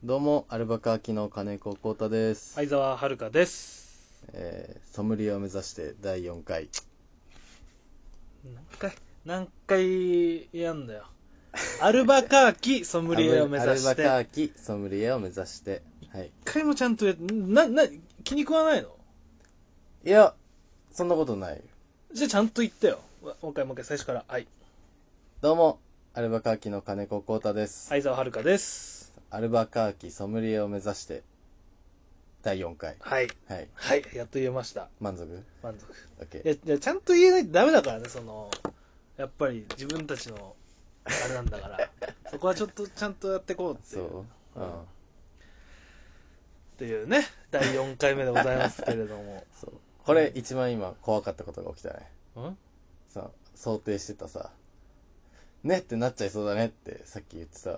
どうもアルバカーキの金子浩太です。 相沢遥です。 ソムリエを目指して第4回。 何回やんだよ。アルバカーキソムリエを目指して。 アルバカーキソムリエを目指して。はい。 一回もちゃんと気に食わないの？ いや、そんなことない。 じゃあちゃんと言ってよ。もう一回最初から。はい。 どうもアルバカーキの金子浩太です。 相沢遥です。 アルバカーキソムリエを目指して第4回。 はい。 はい。 はい。やっと言えました。 満足？ いやちゃんと言えないとダメだからね。やっぱり自分たちのあれなんだから。そこはちょっとちゃんとやっていこうっていう。 そう。うん。 っていうね、第4回目でございますけれども。 そう。これ一番今怖かったことが起きたね。さ、想定してたさ、ねってなっちゃいそうだねってさっき言ってた。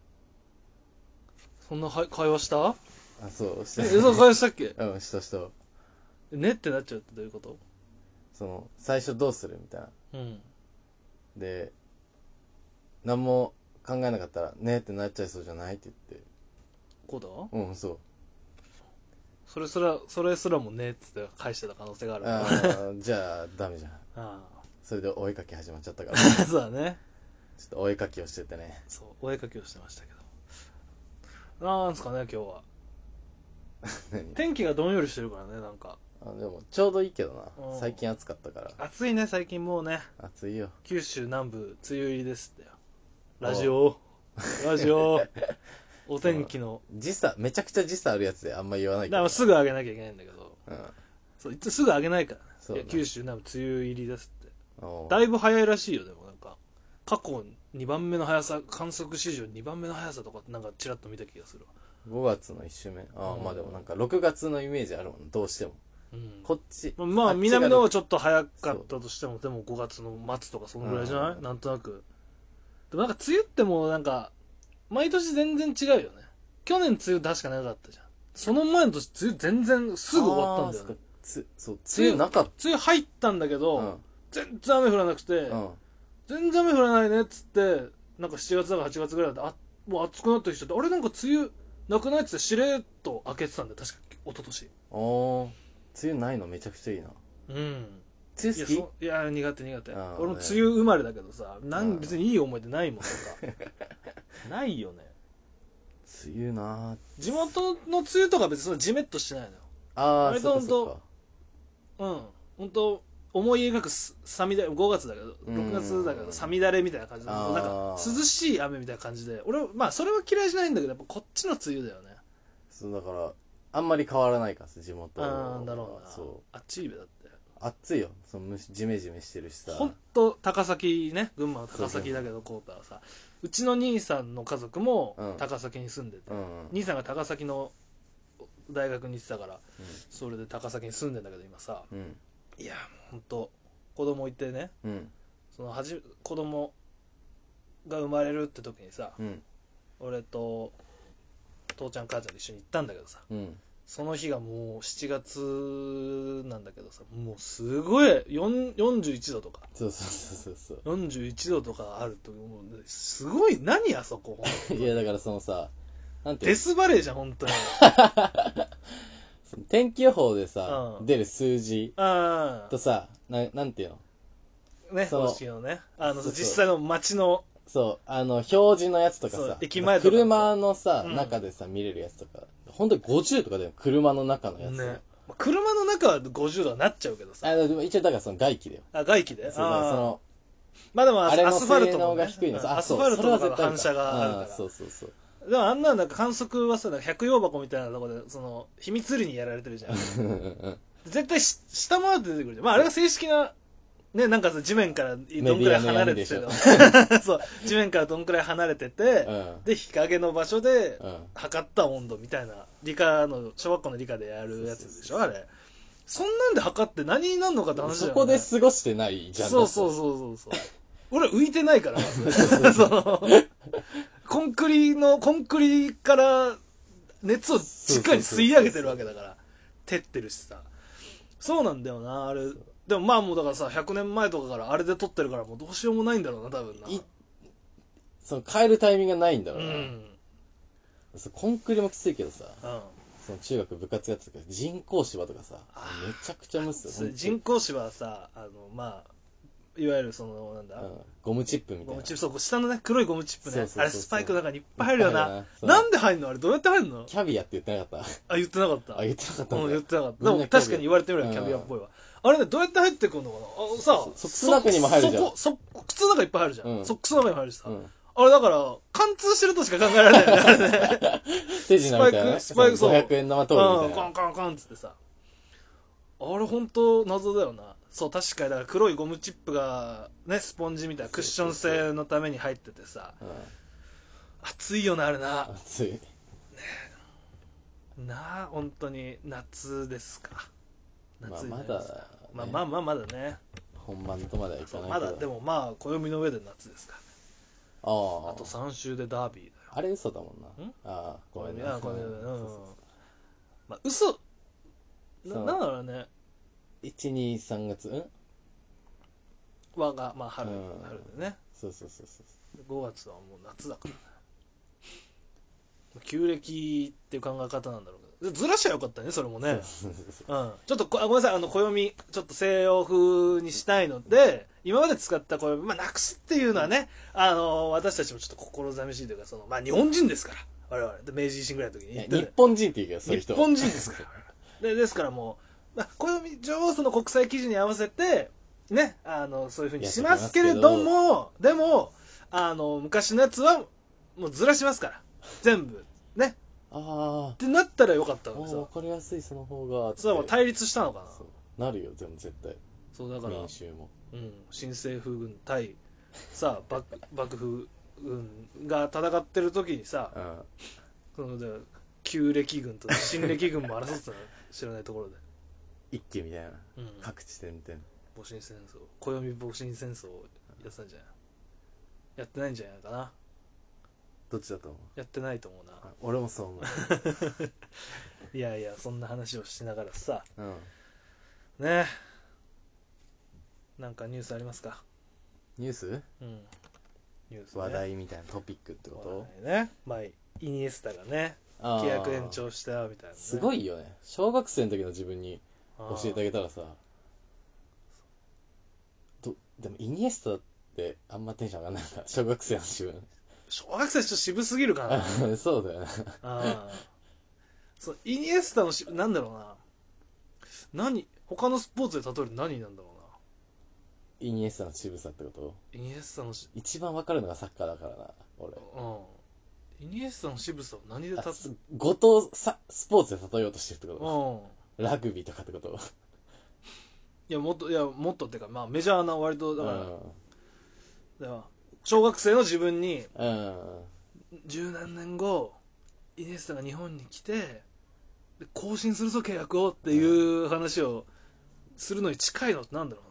そんな会話した？ あ、そうした。 そう会話したっけ？ うん、した。 ねってなっちゃうってどういうこと？ 最初どうするみたいな。 うん。 で、何も考えなかったら、ねってなっちゃいそうじゃないって言って。 こうだ？ うん、そう。 それすらもねっつって返してた可能性がある。 じゃあ、ダメじゃん。 あそれでお絵かき始まっちゃったから。 そうだね。 ちょっとお絵かきをしててね。 そう、お絵かきをしてましたけど。なんすかね、今日は。天気がどんよりしてるからね、なんか。 でも、ちょうどいいけどな。 うん、 最近暑かったから。 暑いね、最近もうね。 暑いよ。 九州南部、梅雨入りですってよ。ラジオ。お天気の。 めちゃくちゃ時差あるやつであんま言わないけど。 だからすぐ上げなきゃいけないんだけど。 うん。 そう、いつすぐ上げないからね。 そうね。 いや、九州南部、梅雨入りですって。 だだいぶ早いらしいよ、でもなんか。過去2番目の速さ、観測史上2番目の速さとかなんかちらっと見た気がするわ。 5月の1週目。まあでもなんか6月のイメージあるもん、どうしても。 うん、 こっち。 まあ南の方はちょっと早かったとしても、でも5月の末とかそのぐらいじゃない？なんとなく。でもなんか梅雨ってもうなんか、毎年全然違うよね。去年梅雨確かなかったじゃん。その前の年梅雨全然すぐ終わったんだよね。 そう、梅雨なかった。 梅雨入ったんだけど、 うん、 全然雨降らなくて、 うん、 全然雨降らないねっつって、なんか7月だか8月ぐらいだって、もう暑くなってきちゃって、あれなんか梅雨なくないっつってしれっと開けてたんだよ、確か一昨年。 梅雨ないのめちゃくちゃいいな。 うん。 梅雨好き？ いや苦手。俺も梅ね、 雨生まれだけどさ、別にいい思い出ないもん、なんか。ないよね。 梅雨な。 地元の梅雨とか別にそんなジメッとしてないのよ。 割とそ本当思い描くさみだれ、5月だけど、6月だけど、さみだれみたいな感じで、なんか涼しい雨みたいな感じで、俺は、まあそれは嫌いじゃないんだけど、やっぱこっちの梅雨だよね。 そう、だから、あんまり変わらないからさ、地元だろうな。 そう。 あっちいべだって。 暑いよ。ジメジメしてるしさ。 ほんと、高崎ね、群馬の高崎だけど、コータはさ、うちの兄さんの家族も高崎に住んでて、兄さんが高崎の大学に行ってたから、それで高崎に住んでんだけど今さ、いやもうほんと子供いてね、子供が生まれるって時にさ、俺と父ちゃん母ちゃんと一緒に行ったんだけどさ、その日がもう7月なんだけどさ、もうすごい41度とか、 そう 41度とかあると、もうすごい、何あそこいやだからさ、 なんてデスバレーじゃん本当に。 天気予報でさ、出る数字とさ、なんていうのね、方式のね、実際の街の表示のやつとかさ、 駅前とか車のさ、中でさ見れるやつとか、本当に50とかで車の中のやつね。 車の中は50度はなっちゃうけどさ。 でも一応だからその外気だよ。 外気で。まあでもアスファルトが低いのさ、 アスファルトの反射があるから。 そう。 でもあんななんか観測はさ、百葉箱みたいなところで秘密裏にやられてるじゃん。絶対下回って出てくるじゃん。まああれが正式なね、なんかさ、地面からどんくらい離れてて、そう、地面からどんくらい離れてて、で、日陰の場所で測った温度みたいな、小学校の理科でやるやつでしょ、あれ。そんなんで測って何になるのかって話じゃん。 そこで過ごしてないじゃん。 そう。俺浮いてないから、コンクリから熱をしっかり吸い上げてるわけだから、照ってるしさ。そうなんだよな、あれ。でもまあもうだからさ、100年前とかからあれで撮ってるからもうどうしようもないんだろうな、多分な。 変えるタイミングがないんだろうな。 コンクリもきついけどさ、 うん、 その中学部活やってたから人工芝とかさ、めちゃくちゃ蒸すよ。 人工芝はさ、まあいわゆるそのなんだ、 ゴムチップみたいな。 ゴムチップ、そう下のね黒いゴムチップね、 そうそうそうそう、 あれスパイクの中にいっぱい入るよな。なんで入んのあれ、どうやって入んの？ キャビアって言ってなかった？ 言ってなかった。 言ってなかったんだ。 言ってなかった。でも確かに言われてみればキャビアっぽいわ。あれね、どうやって入ってくるのかな。さあ、 ソックスの中にも入るじゃん。 靴の中いっぱい入るじゃん。ソックスの中にも入るしさ。 あれだから、貫通してるとしか考えられないよね、あれね。 手品みたいなね。 スパイク、そう。 500円玉通るみたいな。 カンカンカンつってさ。あれほんと謎だよな。そう、確かにだから黒いゴムチップがね、スポンジみたいなクッション性のために入っててさ。暑いよな、あれな。 暑い。ねなあ、本当に夏ですか。 夏まだ、ね、 まだね。 本番とまではいかないけど。 まだでもまあ暦の上で夏ですか。あと 3週でダービーだよ。 あれ嘘だもんな。ごめんな。 まあ嘘なんだろうね。 1、2、3月がまあ春でね。 そう。 5月はもう夏だからね。旧暦っていう考え方なんだろうけど、ずらしゃよかったね、それもね。ちょっとごめんなさい、暦ちょっと西洋風にしたいので、今まで使った暦、なくすっていうのはね、私たちもちょっと心寂しいというか、日本人ですから、我々で明治維新ぐらいの時に日本人っていうけど、そういう人日本人ですからですからもう、暦上その国際基準に合わせてね、そういう風にしますけれども、でも昔のやつはもうずらしますから全部ね。ってなったらよかったのにさ。 分かりやすいその方が。 そう対立したのかな。 そうなるよ、でも絶対。 そうだから民衆も。 新政府軍対さ幕府軍が戦ってる時にさ、旧暦軍と新暦軍も争ってたの知らないところで。 一揆みたいな。各地点々。 戊辰戦争、暦戊辰戦争やってたんじゃない？やってないんじゃないかな。 どっちだと思う？ やってないと思うな。 俺もそう思う。 いやそんな話をしながらさ、ね、なんかニュースありますか？ ニュース？ ニュース、 話題みたいなトピックってこと？ ね、イニエスタがね、契約延長したみたいな、 すごいよね。小学生の時の自分に教えてあげたらさ、でもイニエスタってあんまテンション上がんないから、小学生の自分。 小学生ちょっと渋すぎるかな。 そうだよね。 そう、イニエスタのなんだろうな。他のスポーツで例える何なんだろうな。 イニエスタの渋さってこと？ イニエスタの一番わかるのがサッカーだからな、俺。 イニエスタの渋さを何でごとスポーツで例えようとしてるってこと？ラグビーとかってこと？ もっとっていうか、メジャーな割とだから小学生の自分に十何年後イニエスタが日本に来て更新するぞ契約をっていう話をするのに近いのってなんだろ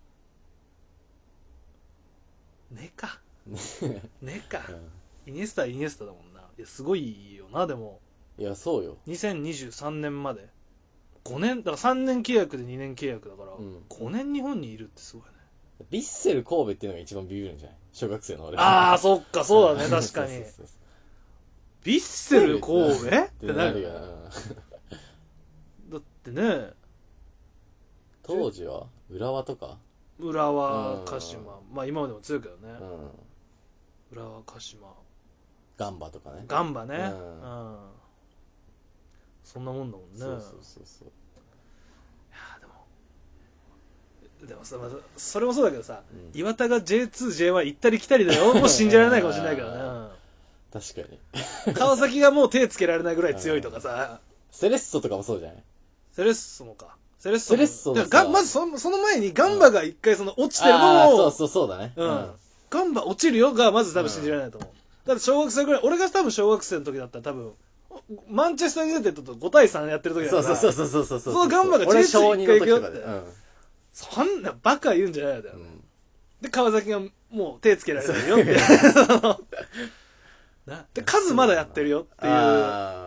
うな。ねか、イニエスタはイニエスタだもんな。いやすごいよな。でもいやそうよ、 2023年まで5年だから3年契約で2年契約だから、5年日本にいるってすごいね。 ヴィッセル神戸っていうのが一番ビビるんじゃない？小学生の俺。 そっか、そうだね、確かに。ヴィッセル神戸ってなるよな。だってね、 当時は浦和とか浦和、鹿島、今までも強いけどね。浦和、鹿島、 ガンバとかね。 ガンバね。そんなもんだもんね。そう。でもさ、それもそうだけどさ、岩田が J2、J1 行ったり来たりだよ。もう信じられないかもしれないけどね。 確かに。川崎がもう手つけられないぐらい強いとかさ。 セレッソとかもそうじゃない？ セレッソもか。セレッソまずその前にガンバが一回落ちてるのを。 そうだね。 ガンバ落ちるよがまず多分信じられないと思う。だって小学生ぐらい、俺が多分小学生の時だったら多分、マンチェスターユナイテッドと5対3やってる時だから。 そう。 そのガンバが J2 一回行くよって。そんなバカ言うんじゃないよ。で、川崎がもう手つけられてるよって。で、数まだやってるよっていう。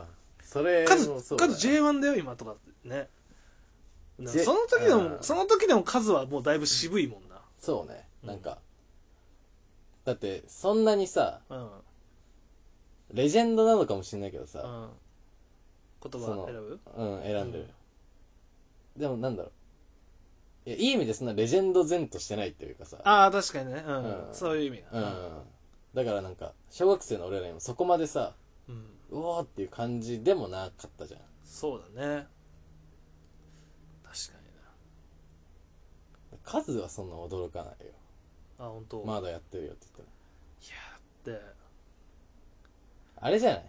それ数 J1 だよ今とかね。その時でも数はもうだいぶ渋いもんな。 そうね。なんかだってそんなにさ、 レジェンドなのかもしれないけどさ、 言葉選ぶ？ 選んでる。でもなんだろう。いい意味でそんなレジェンド前としてないっていうかさ。 確かにね。そういう意味だ。だからなんか、小学生の俺らにもそこまでさ、うおーっていう感じでもなかったじゃん。 そうだね。確かにな。数はそんな驚かないよ。 本当。 まだやってるよって言ったら。いや、 あれじゃない？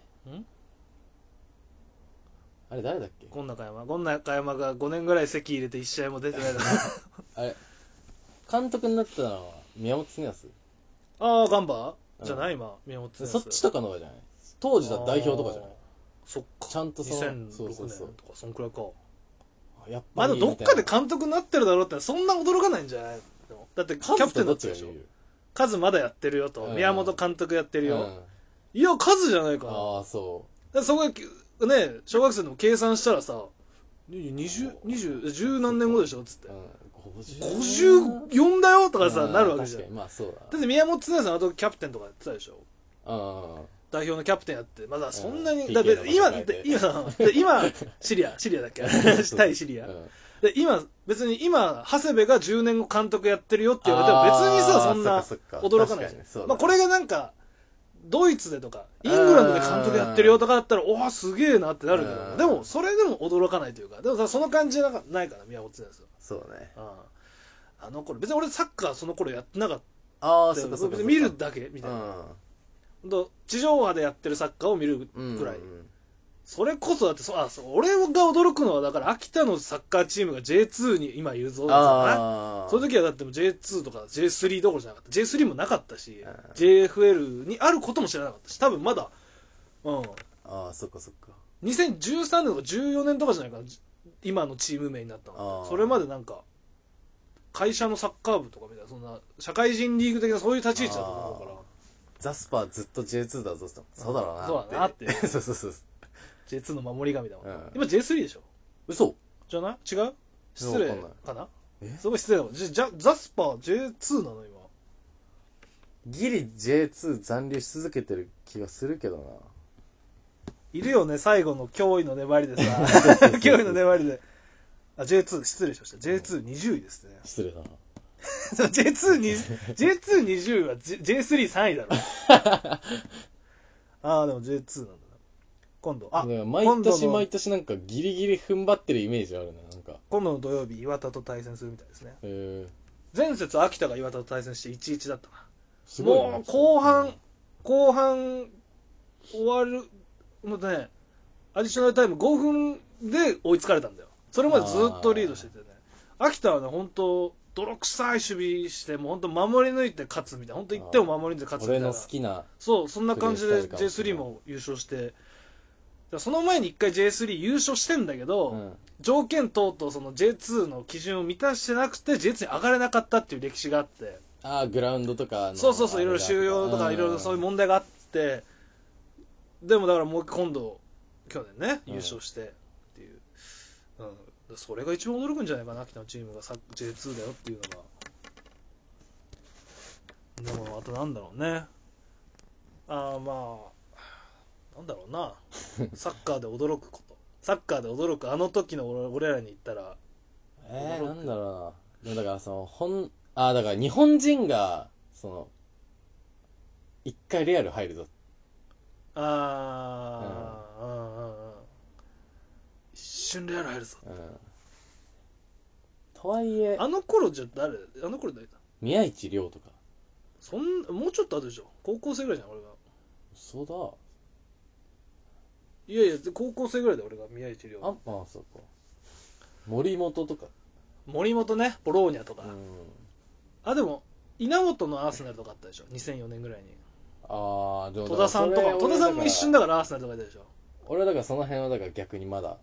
あれ誰だっけ？ ゴン中山が5年ぐらい籍入れて1試合も出てないだろ。 あれ監督になったのは宮本恒康？ ガンバじゃない、今宮本恒康。 そっちとかの方じゃない？当時だ代表とかじゃない？ そっか。 ちゃんと 2006年とかそんくらいか。 やっぱりどっかで監督になってるだろうってそんな驚かないんじゃない？だってキャプテンだったでしょ。カズまだやってるよと、宮本監督やってるよ。いや、カズじゃないかな。 そう。 そこね、小学生でも計算したらさ、十何年後でしょつって。54だよとかさ、なるわけじゃん。 確かに、そうだ。 だって宮本恒さんあとキャプテンとかやってたでしょ。代表のキャプテンやって、まだそんなに、だって今シリアだっけ対シリア。で今、別に今、長谷部が10年後監督やってるよって言われても別にさ、そんな驚かないじゃん。これがなんか、ドイツでとか、イングランドで監督やってるよとかだったら、おーすげえなってなるけど、でも、それでも驚かないというか、でもさ、その感じじゃないから、宮本恒ですよ。 そうね。 あの頃、別に俺サッカーその頃やってなかった。 そう別に見るだけみたいな。地上波でやってるサッカーを見るくらい。それこそだって俺が驚くのはだから秋田のサッカーチームが J2 に今いるぞだその時はだっても J2 とか J3 どころじゃなかった。 J3 もなかったし JFL にあることも知らなかったし、多分まだそっか2013年とか14年とかじゃないかな、今のチーム名になったの。それまでなんか会社のサッカー部とかみたいな、そんな社会人リーグ的なそういう立ち位置だと思うから、 ザスパーずっと J2 だぞって。そうだろうなって。 そうだなって。 そう。 J2 の守り神だもん。今 J3 でしょ？ 嘘？ じゃない？違う？失礼かな？すごい失礼だもん。ザスパー J2 なの今。 ギリ J2 残留し続けてる気がするけどな。 いるよね、最後の驚異の粘りでさ。驚異の粘りで。J2 失礼しました。J220 位ですね。 失礼だな。 J220 は J33 位だろ。でも J2 なんだな。今度毎年なんかギリギリ踏ん張ってるイメージあるね。なんか今度の土曜日岩田と対戦するみたいですね。前節秋田が岩田と対戦して 1-1 だったな。もう後半終わるのでね、アディショナルタイム5分で追いつかれたんだよ。それまでずっとリードしててね。秋田はね、本当泥臭い守備して、もう本当守り抜いて勝つみたいな、本当1点を守り抜いて勝つみたいな。 俺の好きな。 そんな感じで J3 も優勝して、その前に1回 J3 優勝してんだけど、条件等々その J2 の基準を満たしてなくて J2 に上がれなかったっていう歴史があって、 グラウンドとかそういろいろ収容とかいろいろそういう問題があって、でもだからもう今度去年ね優勝してっていう、それが一番驚くんじゃないかな、秋田のチームがJ2 だよっていうのが。でもあとなんだろうね、なんだろうな、サッカーで驚くこと、サッカーで驚くあの時の俺らに言ったらなんだろうな。だからだから日本人が一回レアル入るぞ。 一瞬レアル入るぞ。 とはいえあの頃じゃ誰だ？ 宮市亮とか。 もうちょっと後でしょ。高校生ぐらいじゃん俺が。 そうだ。 いや高校生ぐらいで俺が宮市亮。 そうか。森本とか。 森本ね、ボローニャとか。でも稲本のアーセナルとかあったでしょ。2004年ぐらいに。戸田さんとか、戸田さんも一瞬だからアーセナルとかいたでしょ。 俺だからその辺はだから逆にまだ。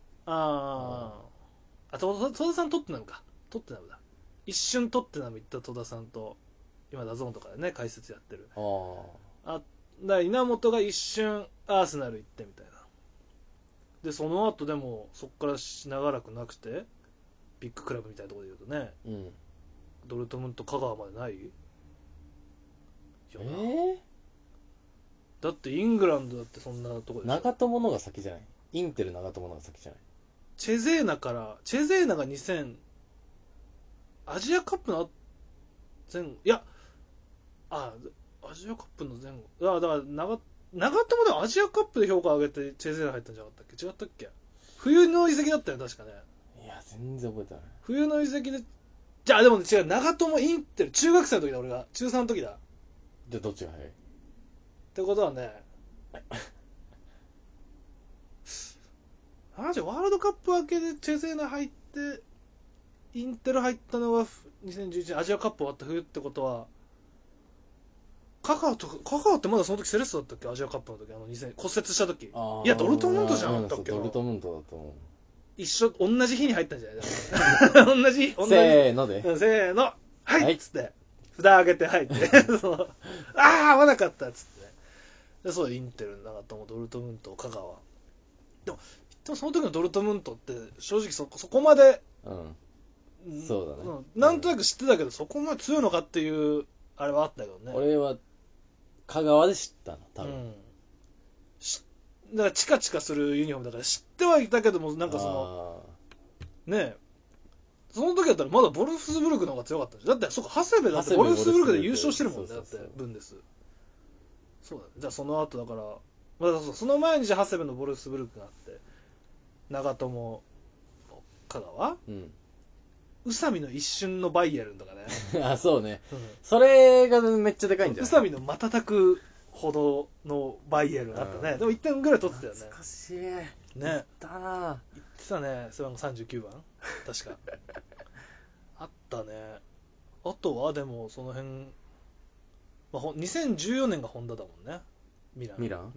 戸田さんトッテナムか。トッテナムだ。一瞬トッテナム行った戸田さんと、今ダゾーンとかでね解説やってる。だから稲本が一瞬アーセナル行ってみたいな。でその後でもそっから長らくなくて、ビッグクラブみたいなところで言うとね、ドルトムント香川までない？ だってイングランドだってそんなとこでしょ。 長友のが先じゃない？インテル長友のが先じゃない？ チェゼーナが2000、アジアカップの前後、いや、アジアカップの前後、だから長友ではアジアカップで評価を上げてチェゼーナ入ったんじゃなかったっけ？違ったっけ？冬の移籍だったよ確かね。 いや全然覚えてない。 冬の移籍で、じゃあでもね、違う、長友インテル中学生の時だ、俺が中3の時だ。 じゃあどっちが早い？ ってことはね、じゃあワールドカップ明けでチェゼーナ入ってインテル入ったのは2011年アジアカップ終わった冬ってことは、カカオってまだその時セレッソだったっけ？アジアカップの時、2000骨折した時。いやドルトムントじゃなかったっけな。 ドルトムントだと思う。 同じ日に入ったんじゃない？同じせーので。 せーの、はいっつって、札上げて入って、合わなかったっつって。で、そう、インテル、長友、ドルトムント、香川。でもその時のドルトムントって、正直そこまで、 そうだね。 なんとなく知ってたけど、そこまで強いのかっていう、あれはあったけどね。 俺は、香川で知ったの、多分。 だからチカチカするユニフォームだから知ってはいたけども、なんかねえ、その時だったらまだボルフスブルクの方が強かったじゃん。だってそうか、長谷部だってボルフスブルクで優勝してるもんね。だってブンデス。そうだね。じゃあその後だから、その前にじゃあ長谷部のボルフスブルクがあって、長友、香川、宇佐美の一瞬のバイエルンとかね。 そうね。それがめっちゃでかいんじゃない？ 宇佐美の瞬くほどのバイエルンあったね。でも1点ぐらい取ってたよね。 懐かしい。 ね。 言ったな。 言ってたね。背番号39番確か。あったね。あとはでもその辺、2014年がホンダだもんね。ミラン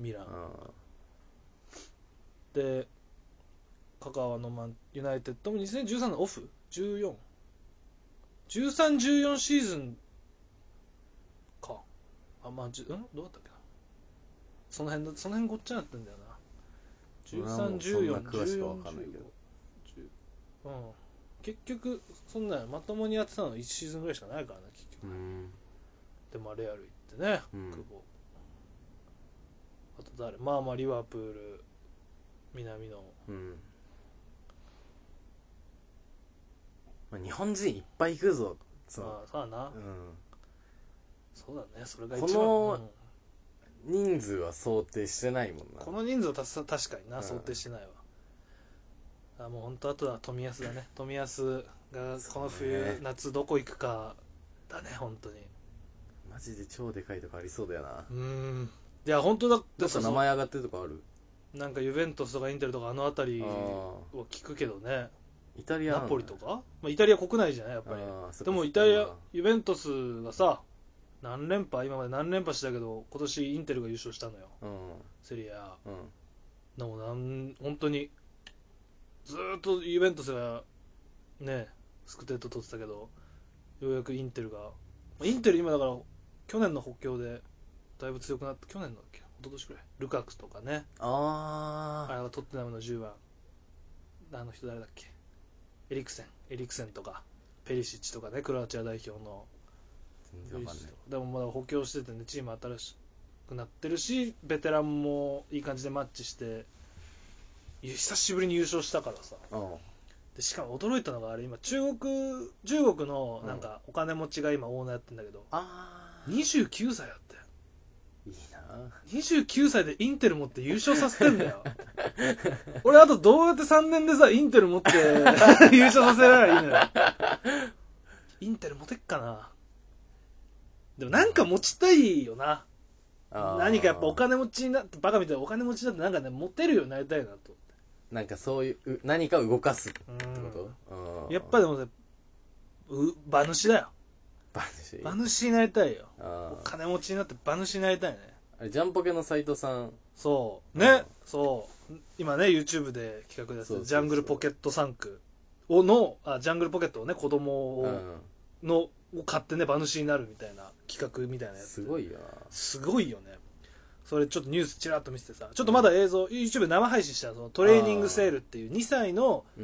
で、香川のユナイテッドも2013年オフ14 13-14シーズンか。どうだったっけな。その辺ごっちゃになってんだよな。13-14、14-15。結局そんなまともにやってたの1シーズンぐらいしかないからね結局。でレアル行ってね、久保。あと誰？リバプール、南野。 日本人いっぱい行くぞ。 そうだな。そうだね。それが一番。 この人数は想定してないもんな。 この人数は確かにな、想定してないわ。もう本当あとは冨安だね。冨安がこの冬、夏どこ行くかだね、本当に。 マジで超でかいとこありそうだよな。 いや本当だって。 どっか名前上がってるとこある？ なんかユベントスとかインテルとかあの辺りを聞くけどね。 イタリアナポリとか、イタリア国内じゃないやっぱり。でもイタリアユベントスがさ、今まで何連覇したけど今年インテルが優勝したのよ。セリア。でも本当にずっとユベントスがねスクテッド取ってたけど、ようやくインテル今だから去年の補強でだいぶ強くなって、去年のだっけ、一昨年くらいルカクとかね、あれはトッテナムの10番、あの人誰だっけ、エリクセンとかペリシッチとかね、クロアチア代表の。全然わかんない。でもまだ補強しててね、チーム新しくなってるし、ベテランもいい感じでマッチして久しぶりに優勝したからさ。でしかも驚いたのが、あれ今中国のなんかお金持ちが今オーナーやってんだけど、29歳だって。 いいな。 29歳でインテル持って優勝させてんだよ。俺あとどうやって3年でさインテル持って優勝させられたらいいのよ。インテル持てっかな。でもなんか持ちたいよな。何かやっぱお金持ちになって、バカみたいなお金持ちになってなんかね、持てるようになりたいなと。なんかそういう何かを動かすってこと？ やっぱでもね、馬主だよ。馬主になりたいよ。お金持ちになって馬主になりたいね。 あれジャンポケの斉藤さん。 そうね、そう今ね YouTube で企画でやってるジャングルポケット3区ジャングルポケットをね、子供を買ってね馬主になるみたいな企画みたいなやつ。 すごいよな。 すごいよね。それちょっとニュースちらっと見せてさ、ちょっとまだ映像 YouTube 生配信したそのトレーニングセールっていう2歳の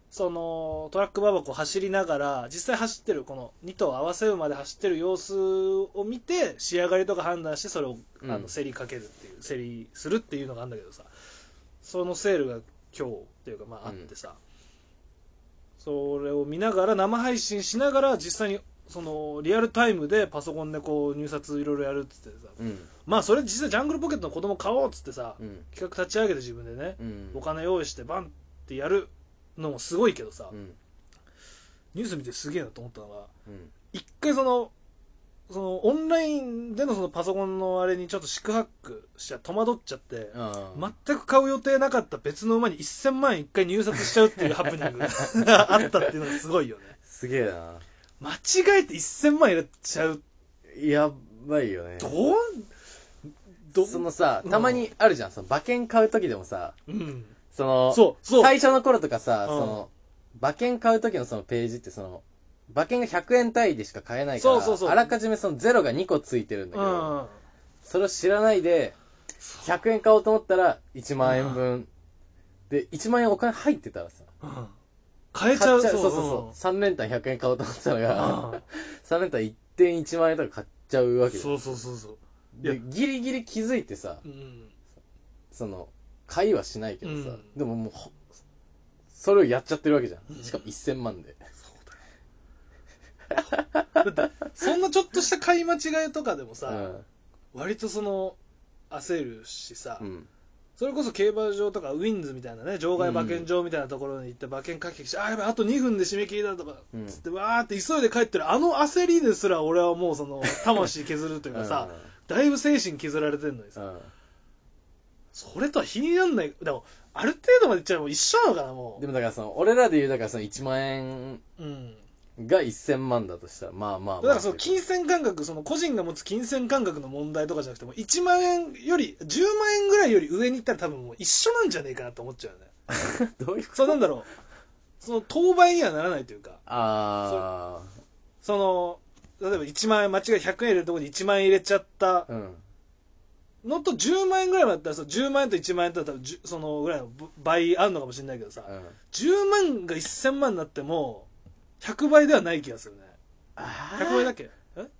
そのトラック馬箱を走りながら実際走ってるこの2頭合わせ馬で走ってる様子を見て仕上がりとか判断してそれを競りかけるっていう競りするっていうのがあるんだけどさ、そのセールが今日っていうかまああってさ、それを見ながら生配信しながら実際にそのリアルタイムでパソコンでこう入札いろいろやるっつってさ、まあそれ実際ジャングルポケットの子供買おうっつってさ、企画立ち上げて自分でね、お金用意してバンってやるのもすごいけどさ、ニュース見てすげえなと思ったのが、一回そのオンラインでのそのパソコンのあれにちょっと四苦八苦しちゃ戸惑っちゃって、全く買う予定なかった別の馬に1000万円一回入札しちゃうっていうハプニングがあったっていうのがすごいよね。 すげえな。 間違えて1000万円入れちゃう。 やばいよね。 そのさ、たまにあるじゃん、その馬券買う時でもさ、 そう最初の頃とかさ、その馬券買う時のそのページってその馬券が100円単位でしか買えないから、あらかじめそのゼロが2個ついてるんだけど、それを知らないで100円買おうと思ったら1万円分で1万円お金入ってたらさ、 買えちゃう。 そう3連単100円買おうと思ったのが3連単 1.1 万円とか買っちゃうわけだ。 そうでギリギリ気づいてさ、その買いはしないけどさ、でももうそれをやっちゃってるわけじゃん。しかも1000万で。 だってそんなちょっとした買い間違いとかでもさ、割とその焦るしさ、それこそ競馬場とかウィンズみたいなね、場外馬券場みたいなところに行って馬券書きして、やばいあと2分で締め切りだとかつってわーって急いで帰ってるあの焦りですら俺はもうその魂削るというかさ、だいぶ精神削られてんのにさ、それとは比になんない。でもある程度までいっちゃえば一緒なのかな。もうでもだからその俺らで言うだからその1万円が1000万だとしたらまあだからその金銭感覚、その個人が持つ金銭感覚の問題とかじゃなくても1万円より10万円ぐらいより上に行ったら多分もう一緒なんじゃねえかなと思っちゃうよね。 どういうこと？ そうなんだろう、その当倍にはならないというか、その例えば1万円間違い100円入れるところに1万円入れちゃったのと10万円ぐらいまでだったら10万円と1万円だったらそのぐらいの倍あるのかもしれないけどさ、10万が1000万になっても100倍ではない気がするね。100倍だっけ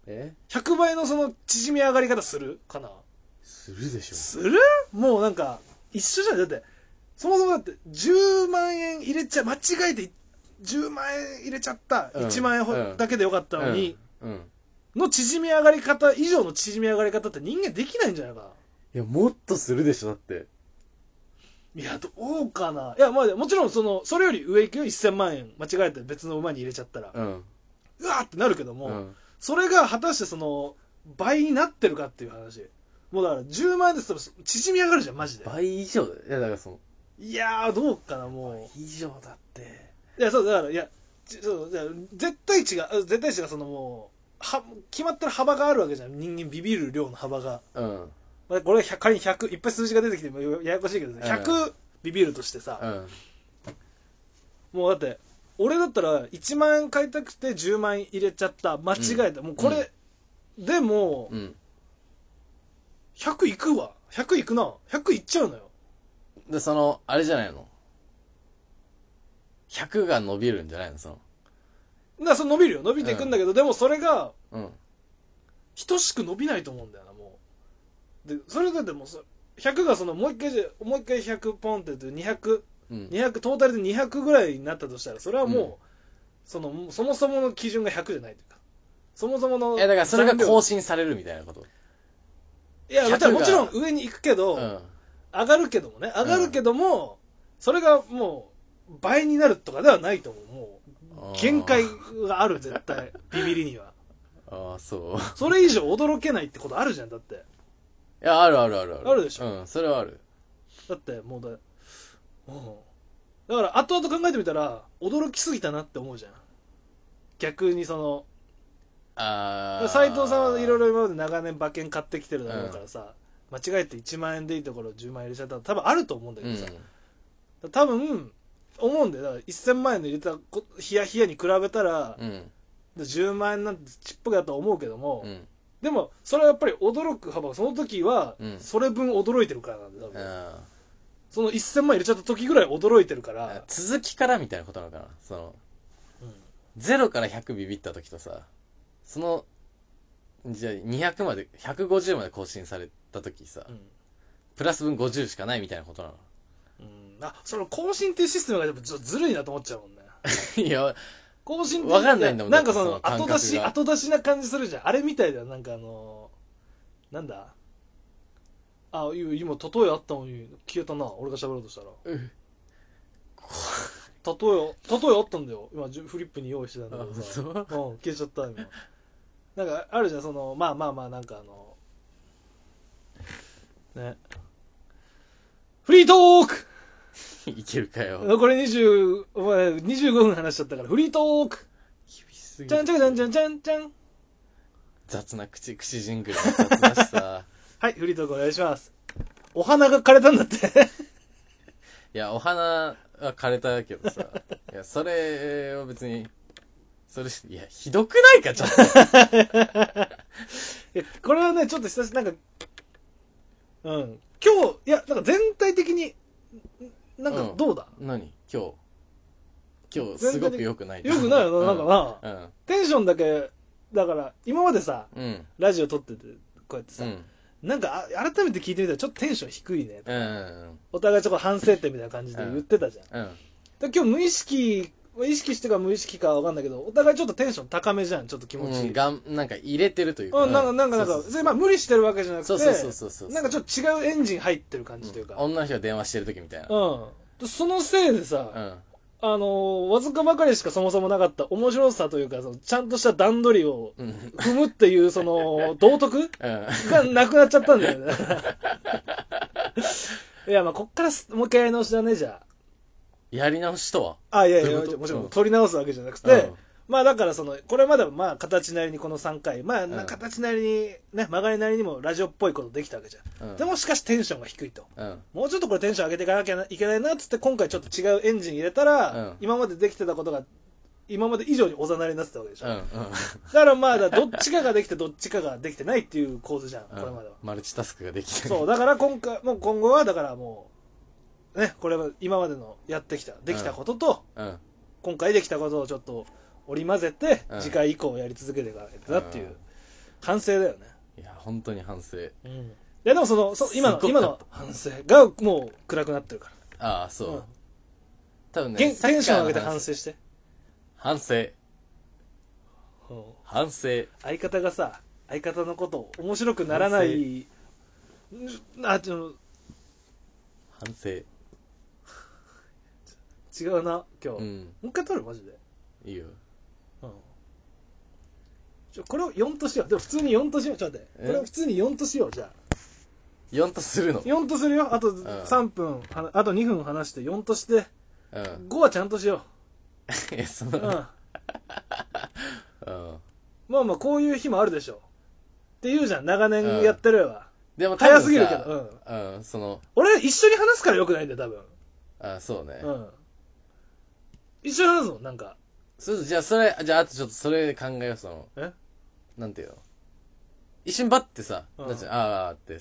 ？100倍のその縮み上がり方するかな？ するでしょ。 する？もうなんか一緒じゃん。だってそもそもだって10万円入れちゃ間違えて10万円入れちゃった、1万円だけでよかったのに、の縮み上がり方以上の縮み上がり方って人間できないんじゃないかな。 いやもっとするでしょだって。 いやどうかな。いやまあもちろんそれより上行くよ。1000万円間違えて別の馬に入れちゃったら、うわーってなるけども、それが果たしてその倍になってるかっていう話。もうだから10万円で縮み上がるじゃんマジで。 倍以上だよ。いやだからいやーどうかな。もう倍以上だって。いやそうだからいや絶対値がそのもう決まってる幅があるわけじゃん。人間ビビる量の幅が。これが仮に100いっぱい数字が出てきてもややこしいけど、100ビビるとしてさ、もうだって俺だったら1万円買いたくて10万円入れちゃった間違えた、もうこれ、でも、100いくわ。100いくな。100いっちゃうのよ。 であれじゃないの、100が伸びるんじゃないの？だから伸びるよ。伸びていくんだけど、でもそれが等しく伸びないと思うんだよな。もうでそれだってもう100がもう一回100ポンって言って200トータルで200ぐらいになったとしたら、それはもう、そもそもの基準が100じゃないというか、そもそものだからそれが更新されるみたいなこと。 いやもちろん上に行くけど、上がるけどもね、もそれがもう倍になるとかではないと思う。もう限界がある絶対ビビりには。 そう。 それ以上驚けないってことあるじゃん。だっていやあるあるでしょ。 それはある。 だってもうだから後々考えてみたら驚きすぎたなって思うじゃん。逆に斉藤さんはいろいろ今まで長年馬券買ってきてるだろうからさ、間違えて1万円でいいところ10万円入れちゃったら多分あると思うんだけどさ、多分思うんだよ。だから1000万円で入れたヒヤヒヤに比べたら、10万円なんてちっぽけだと思うけども、でもそれはやっぱり驚く幅がその時はそれ分驚いてるからなんだよ多分。 その1000万入れちゃった時ぐらい驚いてるから。 続きからみたいなことなのかな。0から100ビビった時とさ、じゃあ200まで、150まで更新された時さ、プラス分50しかないみたいなことなの。 その更新っていうシステムがずるいなと思っちゃうもんね。 いや、 更新ってわかんないんだもん。 なんかその後出しな感じするじゃん。あれみたいだよ。なんかなんだ、今例えあったのに消えたな。俺が喋ろうとしたら。例えあったんだよ。今フリップに用意してたんだけどさ。消えちゃった今。なんかあるじゃん、まあなんかね。フリートークいけるかよ。 これ25分話しちゃったから、フリートーク厳しすぎる。ちゃん雑な口ジングルの雑だしさ。 はい、フリートークお願いします。お花が枯れたんだって。 いや、お花は枯れたけどさ。いや、それは別に、いや、ひどくないか、ちょっと。 これはね、ちょっとなんか、今日、いや、なんか全体的に、なんかどうだ、 何今日すごく良くない。 良くないよな、なんかな。テンションだけ、だから、今までさ、ラジオ撮ってて、こうやってさ、なんか改めて聞いてみたらちょっとテンション低いねとか、お互いちょっと反省点みたいな感じで言ってたじゃん。で今日意識してか無意識かわかんないけど、お互いちょっとテンション高めじゃん、ちょっと気持ちいい。 なんか入れてるというか。 なんか、それ無理してるわけじゃなくて、 そうなんかちょっと違うエンジン入ってる感じというか。 女の人が電話してる時みたいな。 そのせいでさ、わずかばかりしかそもそもなかった面白さというか、ちゃんとした段取りを踏むっていう、道徳がなくなっちゃったんだよね。いや、まあ、こっからもう一回やり直しだね、じゃあ。 やり直しとは？ いや、もちろん取り直すわけじゃなくて、まあだからこれまではまあ形なりにこの3回、まあ形なりにね、曲がりなりにもラジオっぽいことできたわけじゃん。でもしかしテンションが低いと。もうちょっとこれテンション上げていかなきゃいけないなっつって今回ちょっと違うエンジン入れたら、今までできてたことが今まで以上におざなりになってたわけでしょ。だからまあどっちかができてどっちかができてないっていう構図じゃん、これまでは。 マルチタスクができてない。そう、だから今後はだからもう、ね、これは今までのできたことと、今回できたことをちょっと織り交ぜて、次回以降やり続けていかないとなっていう反省だよね。 いや、本当に反省。いや、でも今の反省がもう暗くなってるから。 そう。多分ね、 テンション上げて反省して。 反省。 相方がさ、相方のこと面白くならない、反省。 違うな、今日。もう一回撮るマジで。 いいよ。 これを4としよう。でも普通に4としよう。ちょっと待って。これを普通に4としよう、じゃあ。 4とするの？ 4 とするよ。あと3分、あと2分話して4として、5はちゃんとしよう。 まあまあ、こういう日もあるでしょ。って言うじゃん、長年やってるわ。でも早すぎるけど。俺一緒に話すからよくないんだよ、多分。 そうね。 一緒に話すのなんか。 じゃああとちょっとそれ考えよう、なんていうの、一瞬バッてさ、って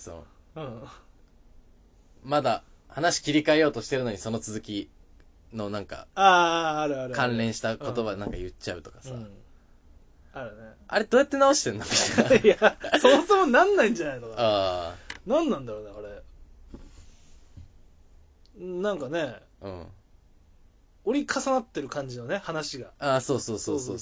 まだ話切り替えようとしてるのにその続きのなんか、 ある関連した言葉なんか言っちゃうとかさ。 あるね。 あれどうやって直してんの？いや、そもそもなんないんじゃないのかな。なんなんだろうね、あれ。なんかね、折り重なってる感じのね、話が。 そう。地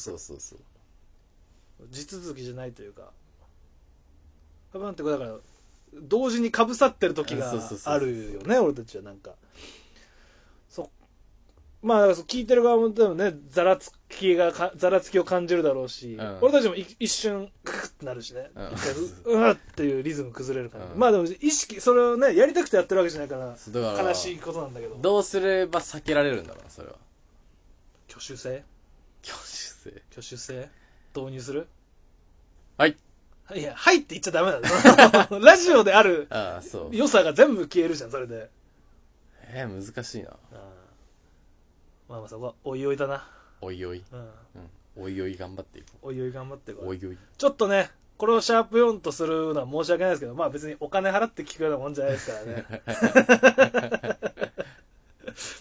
続きじゃないというか。だから同時にかぶさってる時があるよね、俺たちはなんか。まあ聞いてる側も多分ね、ざらつきを感じるだろうし、俺たちも一瞬クッってなるしね、うわっていうリズム崩れるから、まあでもそれをねやりたくてやってるわけじゃないから悲しいことなんだけど。 どうすれば避けられるんだろうな、それは。 挙手制導入する？ はい。 いや、はいって言っちゃダメだよ。ラジオである良さが全部消えるじゃん、それで。 難しいな。 まあそこはおいおいだな。 おいおい。おいおい頑張っていこう。 おいおい頑張っていこう。 おいおい。 ちょっとね、これをシャープ4とするのは申し訳ないですけど、まあ別にお金払って聞くようなもんじゃないですからね。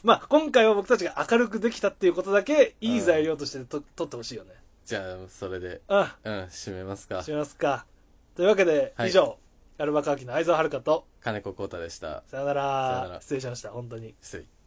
まあ今回は僕たちが明るくできたっていうことだけいい材料として取ってほしいよね。 じゃあそれで締めますか。 締めますか。というわけで、以上アルバカーキの相沢遥と金子浩太でした。 さよなら。失礼しました。本当に失礼。